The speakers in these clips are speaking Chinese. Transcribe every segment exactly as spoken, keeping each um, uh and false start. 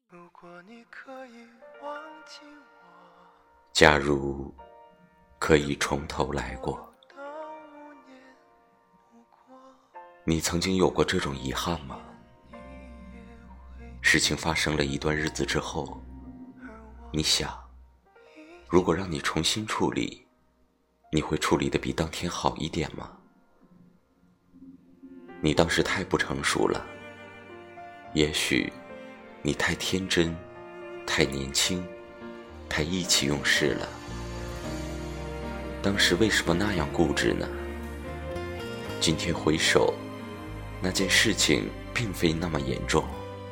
假如可以从头来过，你曾经有过这种遗憾吗？事情发生了一段日子之后，你想，如果让你重新处理，你会处理得比当天好一点吗？你当时太不成熟了，也许你太天真，太年轻，太意气用事了。当时为什么那样固执呢？今天回首，那件事情并非那么严重。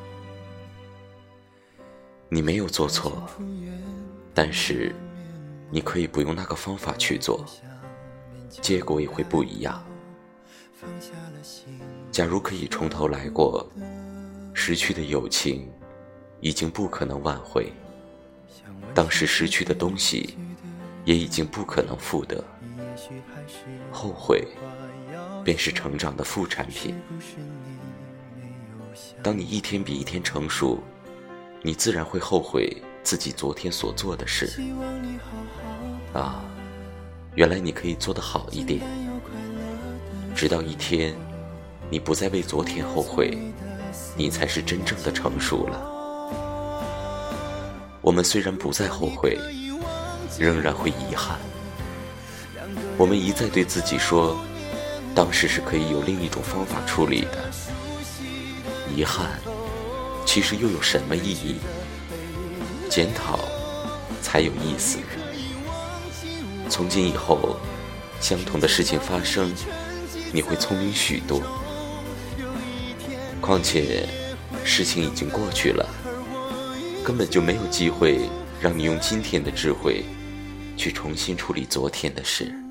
你没有做错，但是你可以不用那个方法去做，结果也会不一样。假如可以从头来过，失去的友情已经不可能挽回，当时失去的东西也已经不可能复得，后悔便是成长的副产品。当你一天比一天成熟，你自然会后悔自己昨天所做的事。啊，原来你可以做得好一点，直到一天你不再为昨天后悔，你才是真正的成熟了。我们虽然不再后悔，仍然会遗憾。我们一再对自己说，当时是可以有另一种方法处理的。遗憾其实又有什么意义？检讨才有意思。从今以后，相同的事情发生，你会聪明许多。况且事情已经过去了，根本就没有机会让你用今天的智慧去重新处理昨天的事。